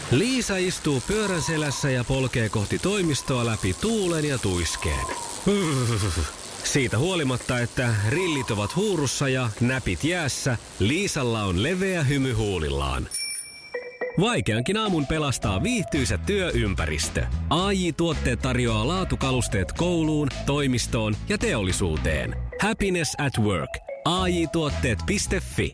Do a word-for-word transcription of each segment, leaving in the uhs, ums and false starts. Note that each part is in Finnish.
Liisa istuu pyörän selässä ja polkee kohti toimistoa läpi tuulen ja tuiskeen. Siitä huolimatta, että rillit ovat huurussa ja näpit jäässä, Liisalla on leveä hymy huulillaan. Vaikeankin aamun pelastaa viihtyisä työympäristö. A J-tuotteet tarjoaa laatukalusteet kouluun, toimistoon ja teollisuuteen. Happiness at work. A J tuotteet piste fi.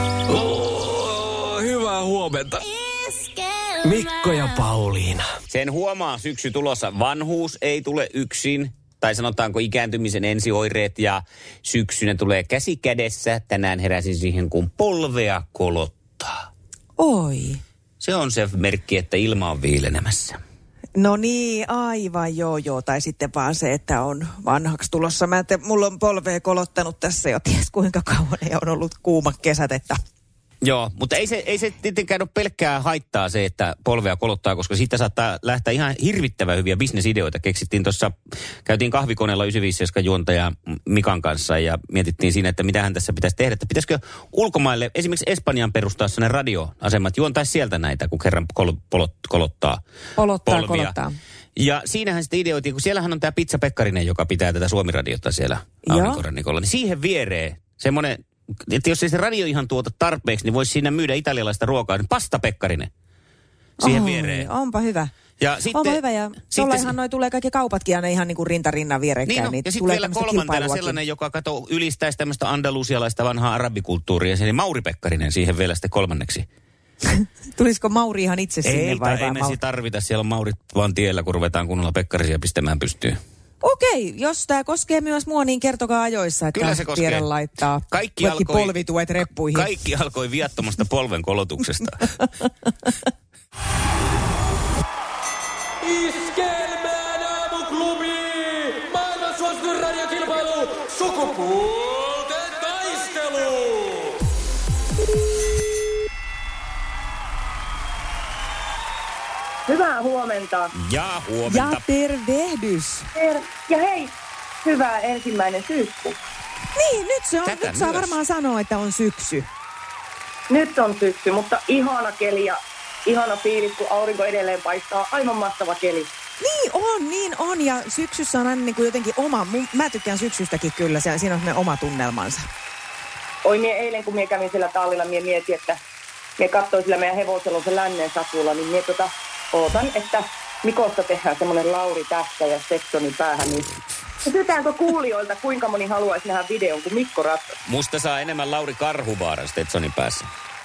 Oh, hyvää huomenta. Mikko ja Pauliina. Sen huomaa syksy tulossa. Vanhuus ei tule yksin. Tai sanotaanko ikääntymisen ensioireet ja syksynä tulee käsi kädessä. Tänään heräsin siihen, kun polvea kolottaa. Oi. Se on se merkki, että ilma on viilenemässä. No niin, aivan joo joo. Tai sitten vaan se, että on vanhaksi tulossa. Mä te, mulla on polvea kolottanut tässä jo ties kuinka kauan ja on ollut kuuma kesät, että... Joo, mutta ei se, ei se tietenkään ole pelkkää haittaa se, että polvea kolottaa, koska siitä saattaa lähteä ihan hirvittävän hyviä bisnesideoita. Keksittiin tuossa, käytiin kahvikoneella yhdeksänsataaviisikymmentäseitsemän juontaja Mikan kanssa ja mietittiin siinä, että mitähän tässä pitäisi tehdä. Että pitäisikö ulkomaille, esimerkiksi Espanjaan perustaa sellainen radioasemat, juontaisi sieltä näitä, kun kerran kol, polot, kolottaa Polottaa, polvia. kolottaa. Ja siinähän sitten ideoitiin, kun siellähän on tämä Pizza Pekkarinen, joka pitää tätä Suomi-radiota siellä aurinkorannikolla, niin siihen viereen semmoinen... Että jos ei se radio ihan tuota tarpeeksi, niin voisi siinä myydä italialaista ruokaa. Niin Pasta Pekkarinen siihen Oi, viereen. onpa hyvä. Ja sitten, onpa hyvä ja tuollainhan se... noi tulee kaikki kaupatkin aina ihan niin kuin rinta rinnan vierekkäin. Niin no, niin ja sitten vielä kolmantena sellainen, joka kato ylistäisi tämmöistä andalusialaista vanhaa arabikulttuuria. Se Mauri Pekkarinen siihen vielä sitten kolmanneksi. Tulisiko Mauri ihan itse sinne ei, vai? Ei, ei me Mauri... tarvita. Siellä on Maurit vaan tiellä, kun ruvetaan kunnolla Pekkarisia pistämään pystyyn. Okei, jos tämä koskee myös mua, niin kertokaa ajoissa, että kyllä se koskee. Tiedän laittaa kaikki alkoi, polvituet reppuihin. Kaikki alkoi viattomasta polven kolotuksesta. Iskelmään aamuklubi! Maailman suosituin radiokilpailu! Sukupuolten taistelu! Hyvää huomenta. Ja huomenta. Ja tervehdys. Ter- ja hei, hyvää ensimmäinen syyskuu. Niin, nyt se on. Tätä nyt saa myös. varmaan sanoa, että on syksy. Nyt on syksy, mutta ihana keli ja ihana fiilis, kun aurinko edelleen paistaa. Aivan mahtava keli. Niin on, niin on. Ja syksyssä on aina niin kuin jotenkin oma. Mä tykkään syksystäkin kyllä. Siinä on semmoinen oma tunnelmansa. Oi, mie eilen, kun mie kävin siellä tallilla, mie mietin, että mie katsoin sillä meidän hevosella se lännen sakulla, niin mie tota, ootan, että Mikosta tehdään semmoinen Lauri tässä ja Stetsoni päähän, niin kysytäänkö kuulijoilta, kuinka moni haluaisi nähdä videon, kun Mikko rattaa? Musta saa enemmän Lauri Karhuvaaran Stetsonin päässä.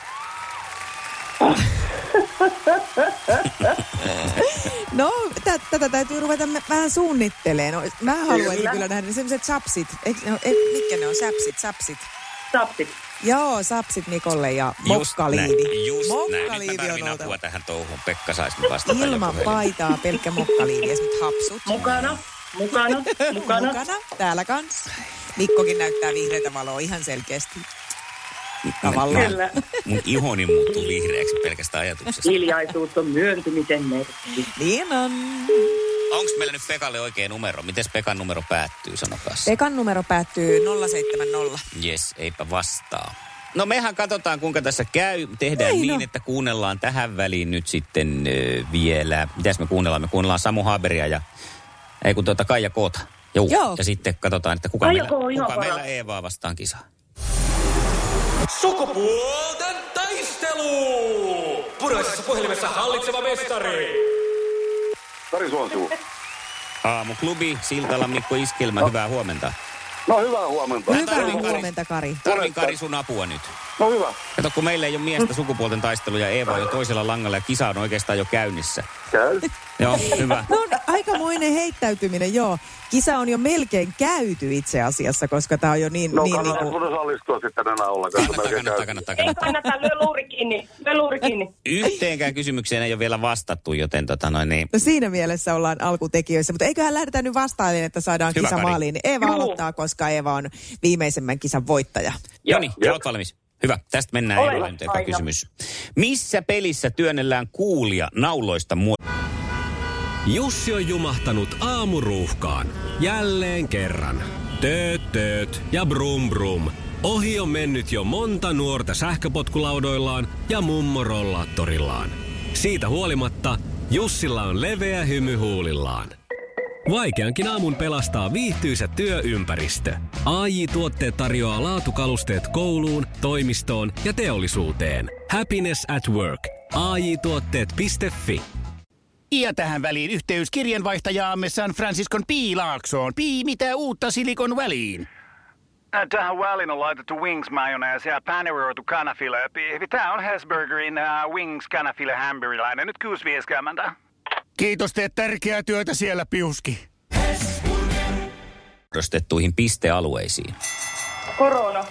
No, t- tätä täytyy ruveta me- vähän suunnittelemaan. No, mä haluaisin kyllä, kyllä nähdä sellaiset sapsit. Eikö, no, et, mitkä ne on? Säpsit, sapsit. Sapsit. Joo, sapsit Mikolle ja Just mokkaliivi. näin, just näin. Nyt mä Mokkaliivi tarvin on apua oltava. tähän touhuun. Pekka saisi vastata. Ilman paitaa, pelkkä mokkaliivi ja sitten hapsut. Mukana, mukana, mukana. Mukana, täällä kans. Mikkokin näyttää vihreätä valoa ihan selkeästi. Tavallaan. Kyllä. Mun ihoni muuttuu vihreäksi pelkästä ajatuksesta. Hiljaisuus on myöntymisen merkki. Niin on. Onko meillä nyt Pekalle oikea numero? Mites Pekan numero päättyy, sanokaa se. Pekan numero päättyy nolla seitsemän nolla. Jes, eipä vastaa. No mehän katsotaan, kuinka tässä käy. Tehdään Ei, niin, no. että kuunnellaan tähän väliin nyt sitten ö, vielä. Mitäs me kuunnellaan? Me kuunnellaan Samu Haberia ja ei kun tuota Kaija Koota. Joo. Joo. Ja sitten katsotaan, että kuka, Kaija meillä, K on ihan kuka meillä paras. Eevaa vastaan kisaa. Sukupuolten taistelu! Punaisessa puhelimessa hallitseva mestari! Kari Suonsivu. Aamuklubi, Siltalan Mikko Iskelmä, no. Hyvää huomenta. No hyvää huomenta. Hyvää tarvin, Kari. huomenta, Kari. Tarvin Kari sun apua nyt. No hyvä. Kato, kun meillä ei ole miestä sukupuolten taistelu ja Eeva on jo toisella langalla ja kisa on oikeastaan jo käynnissä. Käy. Joo, hyvä. No aikamoinen heittäytyminen, joo. Kisa on jo melkein käyty itse asiassa, koska tämä on jo niin... No niin, kannattaa niin kuin... sun osallistua sitten enää ollenkaan. Kannattaa, kannattaa, kannattaa, Ei kannattaa. kannata, lyö luuri kiinni, lyö luuri kiinni. Yhteenkään kysymykseen ei ole vielä vastattu, joten tota noin niin. No siinä mielessä ollaan alkutekijöissä, mutta eiköhän lähdetä nyt vastailemaan, että saadaan Hyvä, kisa Kari. maaliin. Niin Eeva Joo. aloittaa, koska Eeva on viimeisemmän kisan voittaja. Joo niin, Jep. olet valmis. Hyvä, tästä mennään Olen Eevalle nyt eka aina. kysymys. Missä pelissä työnnellään kuulia nauloista muotoon? Jussi on jumahtanut aamuruuhkaan. Jälleen kerran. Tööt, tööt ja brum brum. Ohi on mennyt jo monta nuorta sähköpotkulaudoillaan ja mummorollaattorillaan. Siitä huolimatta Jussilla on leveä hymy huulillaan. Vaikeankin aamun pelastaa viihtyisä työympäristö. A J-tuotteet tarjoaa laatukalusteet kouluun, toimistoon ja teollisuuteen. Happiness at work. A J tuotteet piste fi. Ja tähän väliin yhteys kirjanvaihtajaamme San Franciscon Piilaaksoon. Pii, mitä uutta Silikon väliin? Tähän väliin on laitettu wings mayonnaise ja paneroitu kanafila. Tämä on Hesburgerin uh, wings kanafila hamburilainen. Nyt kuusi viisikymmentä. Kiitos, teet tärkeää työtä siellä, Piuski. Rostettuihin pistealueisiin. Korona.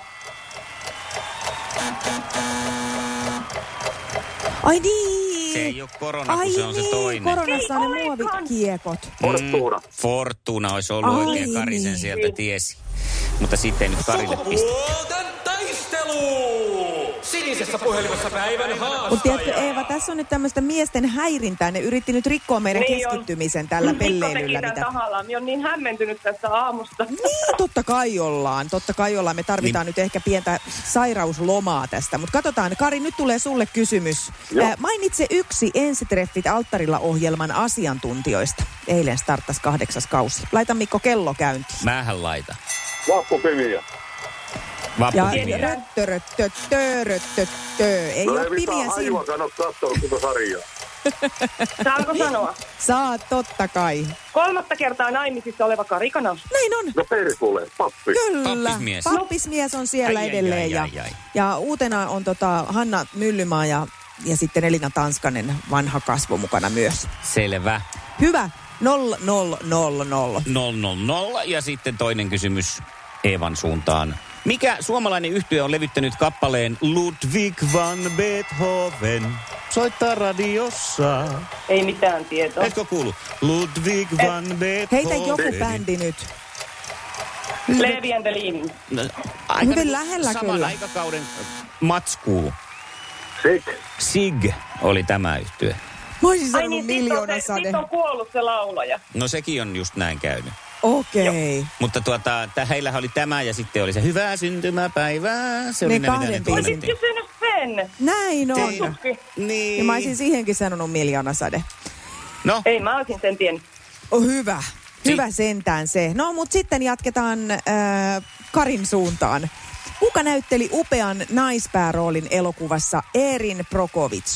Ai niin! Se ei ole korona, Ai kun se on niin, se toinen. koronassa on ne muovikiekot. Fortuna. Mm, Fortuna olisi ollut Ai oikein, Kari sen niin. sieltä tiesi. Mutta sitten nyt Karille piste. Sukupuolten taistelu! Sinisessä puhelimessa päivän haastaja. Mutta tiedätkö Eeva, tässä on nyt tämmöistä miesten häirintää. Ne yritti nyt rikkoa meidän Niin on. keskittymisen tällä pelleilyllä. Mikko teki Mitä... tämän tahallaan. Minä olen niin hämmentynyt tästä aamusta. Niin, totta kai ollaan. Totta kai ollaan. Me tarvitaan niin. nyt ehkä pientä sairauslomaa tästä. Mutta katsotaan, Kari, nyt tulee sulle kysymys. Äh, mainitse yksi Ensitreffit alttarilla -ohjelman asiantuntijoista. Eilen starttasi kahdeksas kausi. Laita Mikko kello käyntiin. Mähän laita. Vappupimiä. Vappupimiä. Ja röttöröttö, ei No ole ei mitään pimiä siinä. hajuakaan ole kattonut tuota sarjaa. Saanko sanoa? Saat, totta kai. Kolmatta kertaa naimisissa oleva Kari Kanaus. Näin on. No perkulee, pappi. Kyllä. Pappismies. Pappismies on siellä Ai, ai, edelleen. ai, ja, ai, ai. ja uutena on tota Hanna Myllymaa ja, ja sitten Elina Tanskanen, vanha kasvo, mukana myös. Selvä. Hyvä. Nolla, nolla, nolla, nolla. nolla nolla nolla. Ja sitten toinen kysymys Eevan suuntaan. Mikä suomalainen yhtye on levyttänyt kappaleen Ludwig van Beethoven? Soittaa radiossa. Ei mitään tietoa. Etkö kuulu? Ludwig van Beethoven. Heitä joku bändi nyt. Levi and the Leaving. No, aika Hyvin niin lähellä saman kyllä. aikakauden matskuu. Sik. Sig oli tämä yhtye. Mä olisin Ai sanonut niin, sit on, miljoona se, sade. sit on kuollut se laulaja. No sekin on just näin käynyt. Okei. Okay. Mutta tuota, tä, heillähän oli tämä ja sitten oli se hyvää syntymäpäivää. Se oli Ne ne, mitä kahden ne biisin. Olisit tunnettiin. kysynyt sen. Näin on. Tein. Niin. Ja mä olisin siihenkin sanonut miljoona sade. No, Ei, mä olisin sen tiennyt. Oh, hyvä. Hyvä sentään se. No, mutta sitten jatketaan äh, Karin suuntaan. Kuka näytteli upean naispääroolin elokuvassa Erin Brockovich?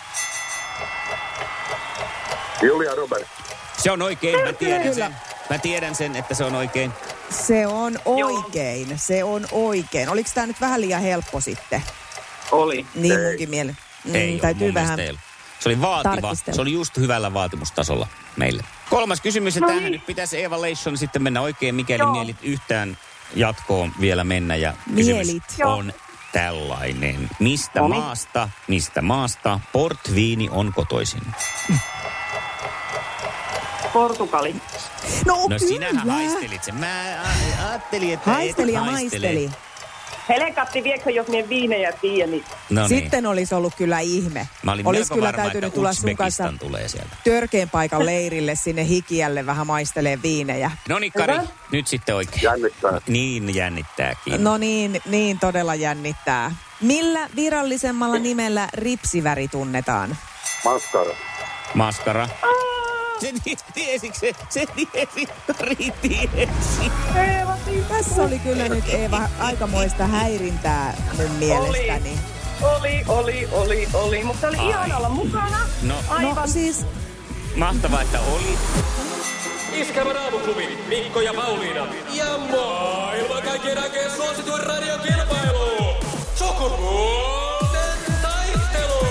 Julia Roberts. se on oikein. Mä tiedän Kyllä. sen. Mä tiedän sen, että se on oikein. Se on oikein. Se on oikein. Oliko tämä nyt vähän liian helppo sitten? Oli. Niin Ei. munkin mielen. Mm, Ei ole täytyy mun vähän. mielestä ei ollut. Se oli vaativa. tarkistella. Se oli just hyvällä vaatimustasolla meille. Kolmas kysymys, ja No tähän niin. nyt pitäisi Evaluation sitten mennä oikein, mikäli Joo. mielit yhtään jatkoon vielä mennä. Ja Mielit. kysymys Joo. on tällainen. Mistä No niin. maasta, mistä maasta portviini on kotoisin? Portugali. No, No kyllä. sinähän haistelit sen. Mä a- ajattelin, että Haisteli et ja haistele. maisteli. Helekatti, viekö jos mie viinejä tiedä, niin No niin. Sitten olisi ollut kyllä ihme. Mä olin Olisi melko kyllä varma, täytynyt että tulla sun kanssa Uzbekistan tulee sieltä. törkeän paikan leirille sinne Hikiälle vähän maistelee viinejä. No niin, Kari, Hyvä. nyt sitten oikein. Jännittää. Niin jännittääkin. No niin, niin todella jännittää. Millä virallisemmalla nimellä ripsiväri tunnetaan? Maskara. Maskara. Se tiesikö se? Se tiesi, Kari tiesi. Eeva, siis Tässä oli kyllä nyt Eeva aikamoista häirintää mun mielestäni. oli, oli, oli, oli. Mutta oli Ai. ihana olla mukana. No, Aivan. No siis, mahtavaa, että oli. Iskävä Raamuklubi, Mikko ja Pauliina. Ja maailman kaikkien aikeen suosituen radiokilpailu. Sukupuolten taistelu.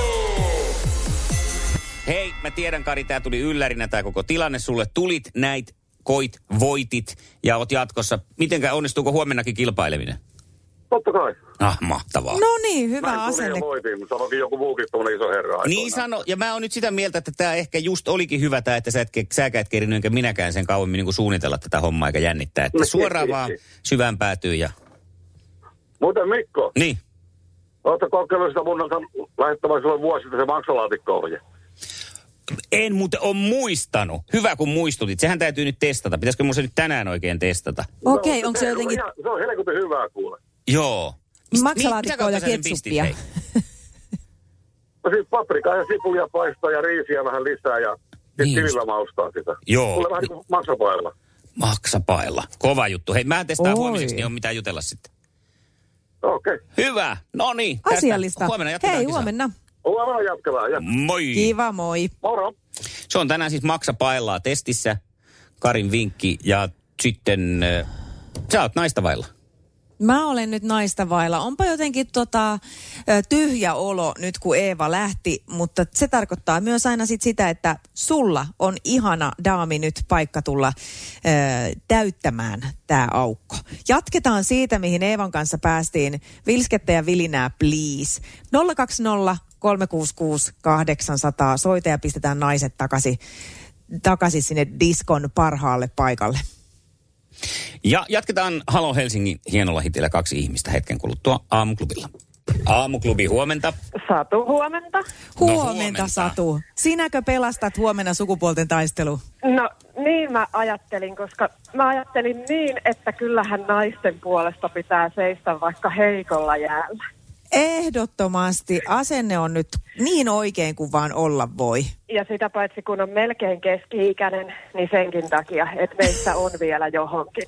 Hei, mä tiedän, Kari, tää tuli yllärinä tää koko tilanne. Sulle tulit, näit, koit, voitit ja oot jatkossa. Mitenkä onnistuuko huomennakin kilpaileminen? Totta kai. Ah, mahtavaa. no niin, hyvä Näin tuli asenne. ja voitiin, mutta sanoikin joku muukin tuommoinen iso herra aikoinaan. Niin sano, ja mä oon nyt sitä mieltä, että tämä ehkä just olikin hyvä tämä, että sä et, säkä et kerinyt enkä minäkään sen kauemmin niin kuin suunnitella tätä hommaa eikä jännittää. Että suoraan vaan syvään päätyy ja... Muuten Mikko, Niin. ootko kokeillut sitä mun lähettämään sulle vuosi sitten se maksalaatikko-ohje? En muuten ole muistanut. Hyvä kun muistutit. Sehän täytyy nyt testata. Pitäisikö mun se nyt tänään oikein testata? Okei, No, onko se on jotenkin ihan- Se on helkutin hyvää kuule. Joo. Mist- maksalaatikkoa mitä ja kautta sä sen pistit, ketsuppia? hei? No siis paprikaa ja sipulia paistaa ja riisiä vähän lisää ja sitten Niin tilillä maustaa sitä. Joo. Tulee vähän niin kuin maksapailla. Maksapailla. Kova juttu. Hei, mä testaan Oi. huomiseksi, niin on mitään jutella sitten. Okei. Okay. Hyvä. No niin. tästä. Asiallista. Huomenna jatketaan Hei, kisaa. huomenna. Huomenna jatketaan. Ja. Moi. Kiva, moi. Moro. Se on tänään siis maksapaillaa testissä. Karin vinkki. Ja sitten äh, sä oot naista vailla. Mä olen nyt naista vailla. Onpa jotenkin tota, ö, tyhjä olo nyt, kun Eeva lähti, mutta se tarkoittaa myös aina sit sitä, että sulla on ihana daami nyt paikka tulla ö, täyttämään tämä aukko. Jatketaan siitä, mihin Eevan kanssa päästiin. Vilskettä ja vilinää, please. nolla kaksi nolla kolme kuusi kuusi kahdeksan nolla nolla. Soita ja pistetään naiset takaisin, takaisin sinne diskon parhaalle paikalle. Ja jatketaan Halo Helsingin hienolla hitillä kaksi ihmistä hetken kuluttua aamuklubilla. Aamuklubi, huomenta. Satu, huomenta. Huomenta, huomenta. Satu. Sinäkö pelastat huomenna sukupuolten taistelu? No niin mä ajattelin, koska mä ajattelin niin, että kyllähän naisten puolesta pitää seistä vaikka heikolla jäällä. Ehdottomasti. Asenne on nyt niin oikein kuin vaan olla voi. Ja sitä paitsi kun on melkein keski-ikäinen, niin senkin takia, että meistä on vielä johonkin.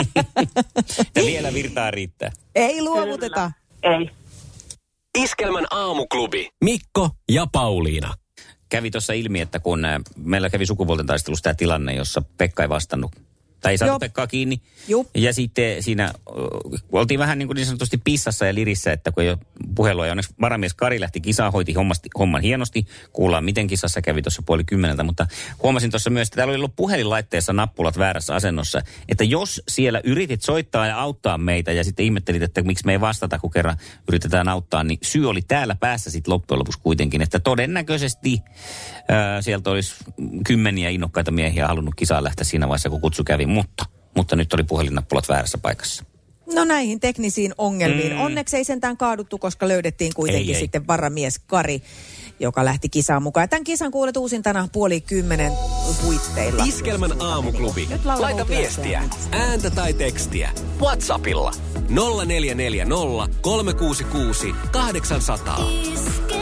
Ja vielä virtaa riittää. Ei luovuteta. Ei. Iskelmän aamuklubi. Mikko ja Pauliina. Kävi tuossa ilmi, että kun äh, meillä kävi sukupuolten taistelussa tämä tilanne, jossa Pekka ei vastannut. Tai ei saatu Joo. Pekkaa kiinni. Jup. Ja sitten siinä äh, oltiin vähän niin kuin niin sanotusti pissassa ja lirissä, että kun ei ole puhelua. Ja onneksi varamies Kari lähti kisaan, hoiti hommasti, homman hienosti. Kuullaan, miten kisassa kävi tuossa puoli kymmeneltä. Mutta huomasin tuossa myös, että täällä oli ollut puhelinlaitteessa nappulat väärässä asennossa. Että jos siellä yritit soittaa ja auttaa meitä ja sitten ihmettelit, että miksi me ei vastata, kun kerran yritetään auttaa, niin syy oli täällä päässä sitten loppujen lopuksi kuitenkin. Että todennäköisesti ää, sieltä olisi kymmeniä innokkaita miehiä halunnut kisaan lähteä siinä vaiheessa, kun kutsu kävi. Mutta, mutta nyt oli puhelinnappulat väärässä paikassa. No näihin teknisiin ongelmiin. Mm. Onneksi ei sentään kaaduttu, koska löydettiin kuitenkin Ei, ei. sitten varamies Kari, joka lähti kisaan mukaan. Ja tämän kisan kuulet uusintana puoli kymmenen huitteilla. Iskelmän aamuklubi. Nyt laula Laita Outi viestiä, Lasse. ääntä tai tekstiä. WhatsAppilla nolla neljä neljä nolla kolme kuusi kuusi kahdeksan nolla nolla.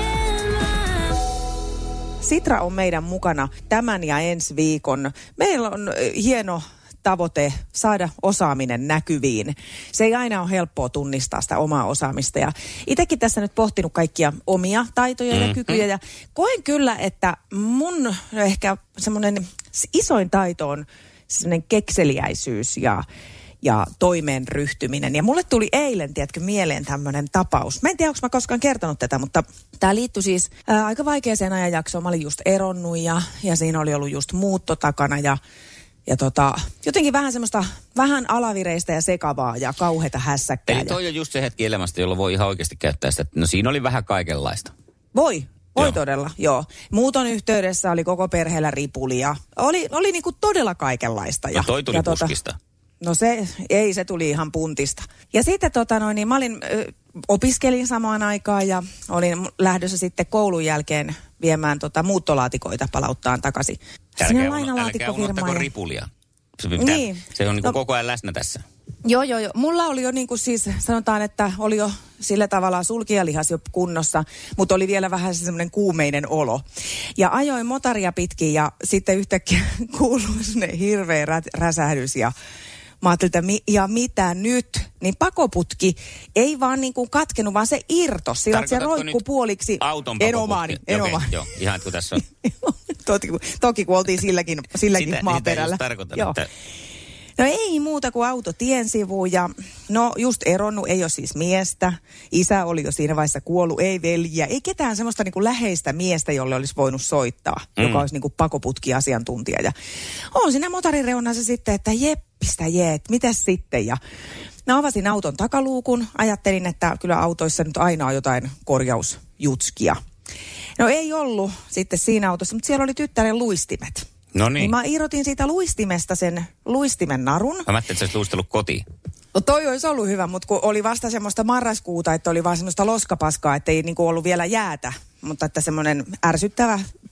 Sitra on meidän mukana tämän ja ensi viikon. Meillä on ö, hieno tavoite saada osaaminen näkyviin. Se ei aina ole helppoa tunnistaa sitä omaa osaamista. Ja itsekin tässä nyt pohtinut kaikkia omia taitoja ja Mm-hmm. kykyjä. Ja koen kyllä, että mun ehkä semmoinen isoin taito on semmoinen kekseliäisyys ja ja toimeen ryhtyminen. Ja mulle tuli eilen, tiedätkö, mieleen tämmöinen tapaus. Mä en tiedä, onko mä koskaan kertonut tätä, mutta tämä liittyi siis ää, aika vaikeaseen ajanjaksoon. Mä olin just eronnut ja, ja siinä oli ollut just muutto takana ja, ja tota, jotenkin vähän semmoista vähän alavireistä ja sekavaa ja kauheata hässäkkää. Eli toi on just se hetki elämästä, jolloin voi ihan oikeasti käyttää sitä. No siinä oli vähän kaikenlaista. Voi. Voi Joo. todella, joo. Muuton yhteydessä oli koko perheellä ripuli ja oli, oli niinku todella kaikenlaista. Ja, No toi tuli ja puskista. No se, ei, se tuli ihan puntista. Ja sitten tota noin, niin mä olin, ö, opiskelin samaan aikaan ja olin lähdössä sitten koulun jälkeen viemään tota muuttolaatikoita palauttaan takaisin. Sinne Älkää lainalaatikkofirmaan. unohtako ja- ripulia. Se, pitää, Niin. se on niin No- koko ajan läsnä tässä. Joo, joo, joo. Mulla oli jo niin kuin siis, sanotaan, että oli jo sillä tavalla sulkijalihas jo kunnossa, mutta oli vielä vähän semmoinen kuumeinen olo. Ja ajoin motaria pitkin ja sitten yhtäkkiä kuului sinne hirveä rä- räsähdys ja mä ajattelin, että mi- ja mitä nyt? Niin pakoputki ei vaan niin kuin katkenut, vaan se irtos. Sillä että se Tarkoitatko roikku nyt puoliksi. auton En pakoputki? omaani, en Okei, omaani. joo, ihan kun tässä on. toki, toki kun oltiin silläkin, silläkin Sitä, sitä maaperällä. just tarkoitan, Joo. että No ei muuta kuin auto tien sivuun ja no just eronnut, ei ole siis miestä. Isä oli jo siinä vaiheessa kuollut, ei veljiä, ei ketään semmoista niin kuin läheistä miestä, jolle olisi voinut soittaa, mm. joka olisi niin kuin pakoputki-asiantuntija. Ja on siinä motorin reunassa sitten, että jeppistä jeet, mitäs sitten? Ja no avasin auton takaluukun, ajattelin, että kyllä autoissa nyt aina on jotain korjausjutskia. No ei ollut sitten siinä autossa, mutta siellä oli tyttären luistimet. no niin. Niin mä irrotin siitä luistimesta sen luistimen narun. Mä ajattelin, että sä olisit luistellut kotiin. No toi olisi ollut hyvä, mutta kun oli vasta semmoista marraskuuta, että oli vaan semmoista loskapaskaa, että ei niinku ollut vielä jäätä. Mutta että semmoinen ärsyttävä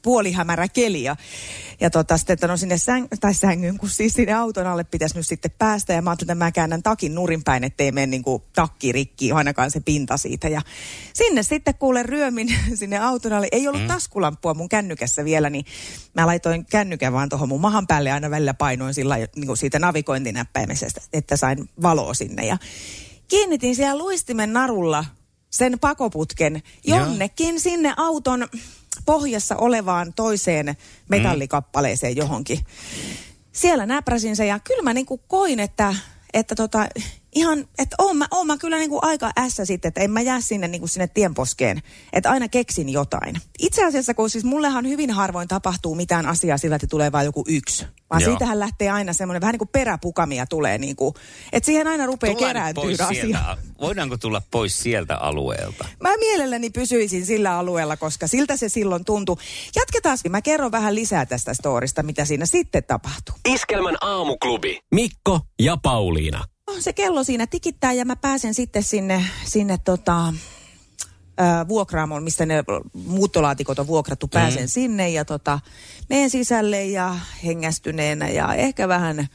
puolihämärä keli. Ja, ja tota, sitten, että no sinne säng, tai sängyn, kun siis sinne auton alle pitäisi nyt sitten päästä. Ja mä ajattelin, että mä käännän takin nurin päin, ettei mene niin kuin takki rikki, ainakaan se pinta siitä. Ja sinne sitten kuulen ryömin sinne auton alle. Ei ollut mm. taskulamppua mun kännykässä vielä, niin mä laitoin kännykän vaan tuohon mun mahan päälle ja aina välillä painoin sillä niin kuin siitä navigointinäppäimisestä, että sain valoa sinne. Ja kiinnitin siellä luistimen narulla sen pakoputken jonnekin ja. sinne auton pohjassa olevaan toiseen metallikappaleeseen johonkin. Siellä näpräsin sen ja kyllä mä niin kuin koin, että, että tota, ihan, että oon mä, oon mä kyllä niin kuin aika ässä sitten, että en mä jää sinne niin kuin sinne tienposkeen, että aina keksin jotain. Itse asiassa, kun siis mullehan hyvin harvoin tapahtuu mitään asiaa sillä, että tulee vain joku yksi. Vaan Joo. siitähän lähtee aina semmoinen vähän niin kuin peräpukamia tulee niin kuin, että siihen aina rupeaa kerääntyä asia. Voidaanko tulla pois sieltä alueelta? Mä mielelläni pysyisin sillä alueella, koska siltä se silloin tuntui. Jatketaan, mä kerron vähän lisää tästä storista, mitä siinä sitten tapahtuu. Iskelmän aamuklubi. Mikko ja Pauliina. Se kello siinä tikittää ja mä pääsen sitten sinne, sinne tota, ää, vuokraamoon, mistä ne muuttolaatikot on vuokrattu. Pääsen mm. sinne ja tota, menen sisälle ja hengästyneenä ja ehkä vähän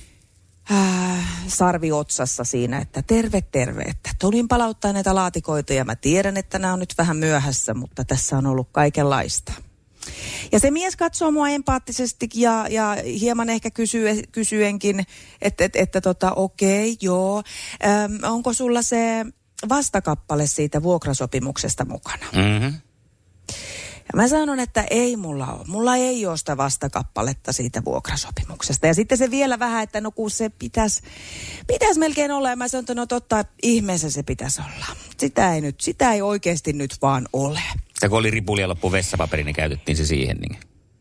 ää, sarvi otsassa siinä, että terve, terve. Että tulin palauttaa näitä laatikoita ja mä tiedän, että nämä on nyt vähän myöhässä, mutta tässä on ollut kaikenlaista. Ja se mies katsoo mua empaattisesti ja, ja hieman ehkä kysyy, kysyenkin, että, että, että tota, okei, joo, Öm, onko sulla se vastakappale siitä vuokrasopimuksesta mukana? Mm-hmm. Ja mä sanon, että ei mulla ole. Mulla ei ole sitä vastakappaletta siitä vuokrasopimuksesta. Ja sitten se vielä vähän, että no kun se pitäisi, pitäisi melkein olla. Ja mä sanon, että no totta, ihmeessä se pitäisi olla. Sitä ei nyt, sitä ei oikeasti nyt vaan ole. Ja kun oli ripuli ja loppu vessapaperi, niin käytettiin se siihen. Niin.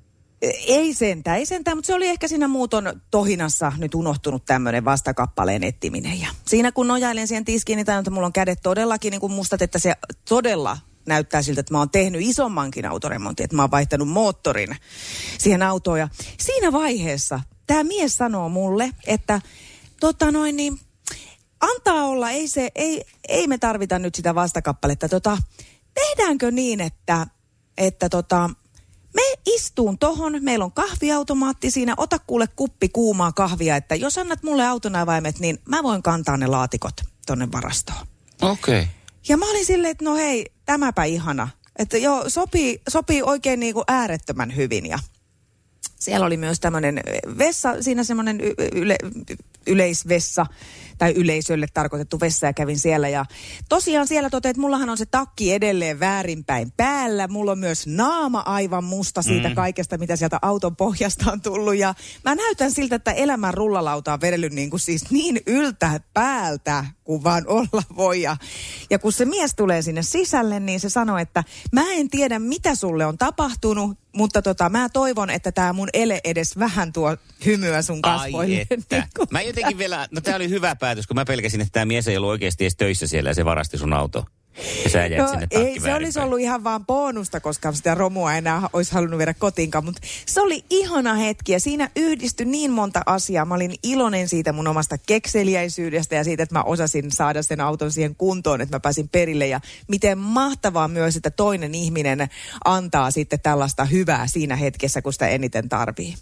Ei sentään, ei sentään, mutta se oli ehkä siinä muuton tohinassa nyt unohtunut tämmöinen vastakappaleen etsiminen. Ja siinä kun nojailen siihen tiskiin, niin tajun, että mulla on kädet todellakin niin kuin mustat, että se todella näyttää siltä, että mä oon tehnyt isommankin autoremontin, että mä oon vaihtanut moottorin siihen autoon. Ja siinä vaiheessa tämä mies sanoo mulle, että tota noin niin, antaa olla, ei, se, ei, ei me tarvita nyt sitä vastakappaletta. Tota, tehdäänkö niin, että, että tota, me istuun tohon, meillä on kahviautomaatti siinä, ota kuule kuppi kuumaa kahvia, että jos annat mulle autonavaimet, niin mä voin kantaa ne laatikot tonne varastoon. Okei. Okay. Ja mä olin silleen, että no hei, tämäpä ihana. Että joo, sopii, sopii oikein niin kuin äärettömän hyvin. Ja siellä oli myös tämmöinen vessa, siinä semmoinen yle, yleisvessa tai yleisölle tarkoitettu vessa ja kävin siellä. Ja tosiaan siellä totesin, että mullahan on se takki edelleen väärinpäin päällä. Mulla on myös naama aivan musta siitä mm. kaikesta, mitä sieltä auton pohjasta on tullut. Ja mä näytän siltä, että elämän rullalauta on vedellyt niin kuin siis niin yltä päältä kuin vaan olla voi. Ja, ja kun se mies tulee sinne sisälle, niin se sanoi, että mä en tiedä, mitä sulle on tapahtunut, mutta tota, mä toivon, että tää mun ele edes vähän tuo hymyä sun kasvoille. Ai että. Mä jotenkin vielä, no tää oli hyvä päätös, kun mä pelkäsin, että tää mies ei ollut oikeasti edes töissä siellä ja se varasti sun auto. Ja sä jäät no, sinne ei, se olisi ollut ihan vaan bonusta, koska sitä romua enää olisi halunnut viedä kotiinkaan. Mutta se oli ihana hetki ja siinä yhdistyi niin monta asiaa. Mä olin iloinen siitä mun omasta kekseliäisyydestä ja siitä, että mä osasin saada sen auton siihen kuntoon, että mä pääsin perille. Ja miten mahtavaa myös, että toinen ihminen antaa sitten tällaista hyvää siinä hetkessä, kun sitä eniten tarvii.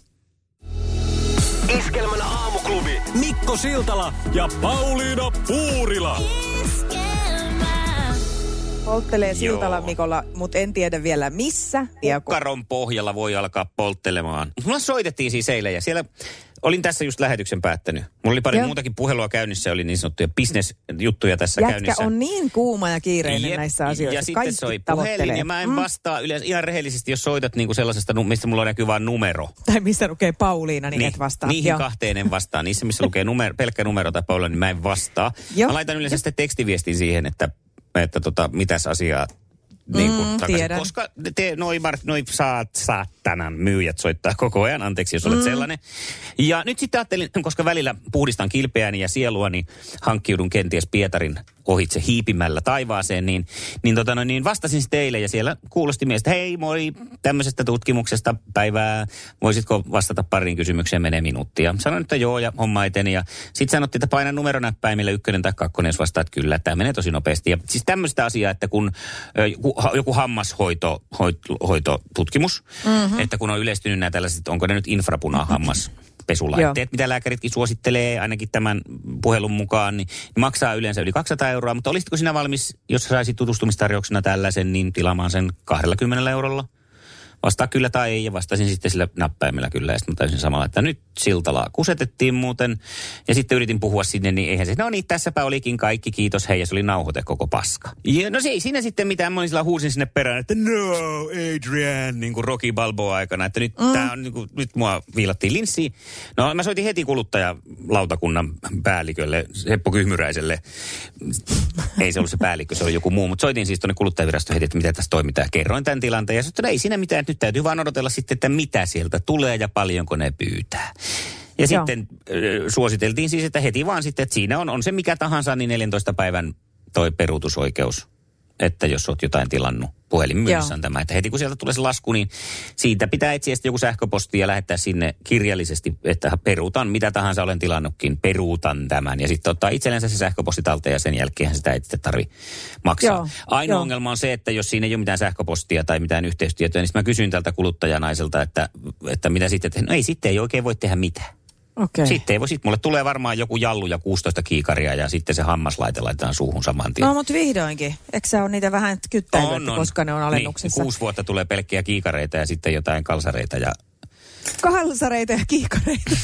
Iskelmän aamuklubi. Mikko Siltala ja Pauliina Puurila. Polttelee Siltala Mikolla, mutta en tiedä vielä missä. Kukkaron pohjalla voi alkaa polttelemaan. Mulla soitettiin siis eilen ja siellä olin tässä just lähetyksen päättänyt. Mulla oli pari Joo. muutakin puhelua käynnissä, oli niin sanottuja business-juttuja tässä Jätkä käynnissä. on niin kuuma ja kiireinen Jep. näissä asioissa. Ja sitten soi puhelin ja mä en mm. vastaa yleensä ihan rehellisesti, jos soitat niinku sellaisesta, mistä mulla näkyy vaan numero. Tai missä lukee Pauliina, niin, niin et vastaa. Niihin Joo. kahteen en vastaa. Niissä, missä lukee numero, pelkkä numero tai Pauliina, niin mä en vastaa. Joo. Mä laitan yleensä sitten tekstiviestin siihen, että että tota, mitäs asiaa niin kuin mm, takaisin. Koska te, noi, noi saat, saatanan myyjät soittaa koko ajan, anteeksi jos olet mm. sellainen. Ja nyt sitten ajattelin, koska välillä puhdistan kilpeäni ja sieluani, hankkiudun kenties Pietarin ohitse hiipimällä taivaaseen, niin, niin, tota no, niin vastasin sitten eilen ja siellä kuulosti miestä, hei moi, tämmöisestä tutkimuksesta päivää, voisitko vastata pariin kysymykseen, menee minuuttia. Sanoin, että joo ja homma eteni ja sitten sanottiin, että paina numeronäppäimillä ykkönen tai kakkonen, jos vastaat kyllä, että tämä menee tosi nopeasti. Ja siis tämmöistä asiaa, että kun joku, joku hammashoito, hoit, hoitotutkimus, mm-hmm. että kun on yleistynyt nämä tällaiset, onko ne nyt infrapuna-hammas, pesulaitteet, mitä lääkäritkin suosittelee, ainakin tämän puhelun mukaan, niin, niin maksaa yleensä yli kaksisataa euroa. Mutta olisitko sinä valmis, jos saisit tutustumistarjouksena tällaisen, niin tilaamaan sen kaksikymmentä eurolla? Vastaa kyllä tai ei, ja vastasin sitten sillä näppäimellä kyllä, ja sitten mä taisin samalla, että nyt Siltalaa kusetettiin muuten, ja sitten yritin puhua sinne, niin eihän se, no niin, tässäpä olikin kaikki, kiitos, hei, ja se oli nauhoite koko paska. Ja no se ei siinä sitten mitään, mä olin sillä huusin sinne perään, että no, Adrian, niin kuin Rocky Balboa aikana, että nyt mm. tää on, niin kuin, nyt mua viilattiin linssiin. No mä soitin heti kuluttajalautakunnan päällikölle, Seppo Kyhmyräiselle, ei se ollut se päällikkö, se oli joku muu, mutta soitin siis tuonne kuluttajavirastoon heti, että mitä tässä toimitaan, kerroin tämän tilanteen, ja sitten ei siinä mitään, nyt täytyy vaan odotella sitten, että mitä sieltä tulee ja paljonko ne pyytää. Ja Joo. sitten äh, suositeltiin siis, että heti vaan sitten, että siinä on, on se mikä tahansa, niin neljäntoista päivän toi peruutusoikeus. Että jos olet jotain tilannut, puhelinmyynnissä on tämä, että heti kun sieltä tulee se lasku, niin siitä pitää etsiä sitten joku sähköposti ja lähettää sinne kirjallisesti, että peruutan mitä tahansa olen tilannutkin, peruutan tämän. Ja sitten ottaa itsellensä se sähköposti talteen ja sen jälkeen sitä ei sitten tarvitse maksaa. Joo, Ainoa jo. ongelma on se, että jos siinä ei ole mitään sähköpostia tai mitään yhteystietoja, niin mä kysyin tältä kuluttajanaiselta, että, että mitä sitten, että no ei sitten ei oikein voi tehdä mitään. Okay. Sitten ei voi, sit mulle tulee varmaan joku jallu ja kuusitoista kiikaria ja sitten se hammaslaite laitetaan suuhun saman tien. No mutta vihdoinkin. Eikö se ole niitä vähän kyttäilyä, koska ne on alennuksessa? Niin, kuusi vuotta tulee pelkkiä kiikareita ja sitten jotain kalsareita ja... Kalsareita ja kiikareita.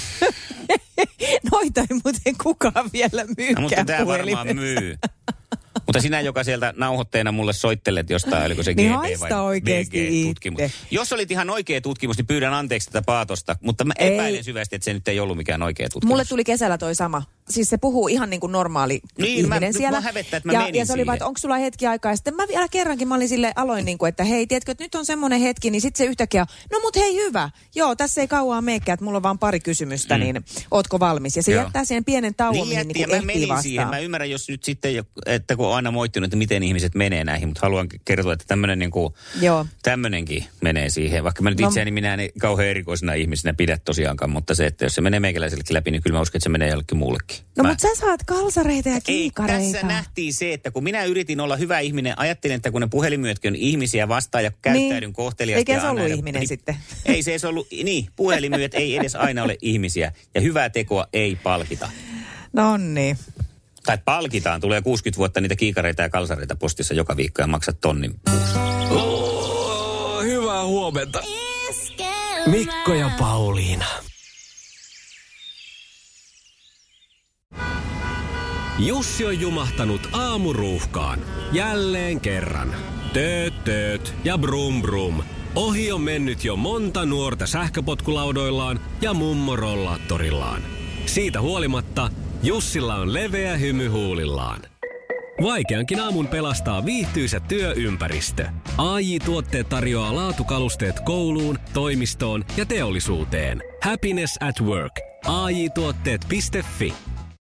Noita ei muuten kukaan vielä myykään no, mutta tämä varmaan myy. Mutta sinä, joka sieltä nauhoitteena mulle soittelet jostain, oliko se niin G B vai B G-tutkimus. Jos olit ihan oikea tutkimus, niin pyydän anteeksi tätä paatosta, mutta mä ei. epäilen syvästi, että se nyt ei ollut mikään oikea tutkimus. Mulle tuli kesällä toi sama. Siis se puhuu ihan niin kuin normaali niin, ihminen mä, siellä. Mä hävettä, että mä ja, menin ja se oli siihen. vaan, että onko sulla hetki aikaa. Ja sitten mä vielä kerrankin, mä olin sille aloin niin kuin, että hei, tiedätkö, että nyt on semmoinen hetki, niin sitten se yhtäkkiä, no mut hei hyvä. Joo, tässä ei kauaa meekään, että mulla on vaan pari kysymystä, mm. niin ootko valmis? Ja se Joo. jättää siihen pienen tauon, niin mihin niin kuin ehtii vastaan. Siihen. Mä ymmärrän, jos nyt sitten, että kun on aina moittunut, että miten ihmiset menee näihin, mutta haluan kertoa, että tämmöinen niin kuin, tämmöinenkin menee siihen. Vaikka mä nyt no. itseäni minä en kauhean erikoisena ihmisenä pidä tosiaankaan, mutta se, että jos se menee meikäläisellekin läpi, niin kyllä mä uskon, että se menee jollekin muullekin. No mä... mutta sä saat kalsareita ja kiikareita. Ei, tässä nähtiin se, että kun minä yritin olla hyvä ihminen, ajattelin, että kun ne puhelimyötkin on ihmisiä vastaan ja käyttäydyn niin. kohteliaasti. Eikä se ollut ihminen niin, sitten. Ei se edes ollut, niin, puhelimyöt ei edes aina ole ihmisiä ja hyvää tekoa ei palkita. No niin. Tai palkitaan, tulee kuusikymmentä vuotta niitä kiikareita ja kalsareita postissa joka viikko ja maksat tonnin kuussa. Oh, hyvää huomenta. Mikko ja Pauliina. Jussi on jumahtanut aamuruuhkaan. Jälleen kerran. Tööt, tööt ja brum brum. Ohi on mennyt jo monta nuorta sähköpotkulaudoillaan ja mummorollaattorillaan. Siitä huolimatta Jussilla on leveä hymy huulillaan. Vaikeankin aamun pelastaa viihtyisä työympäristö. A J-tuotteet tarjoaa laatukalusteet kouluun, toimistoon ja teollisuuteen. Happiness at work. A J tuotteet piste fi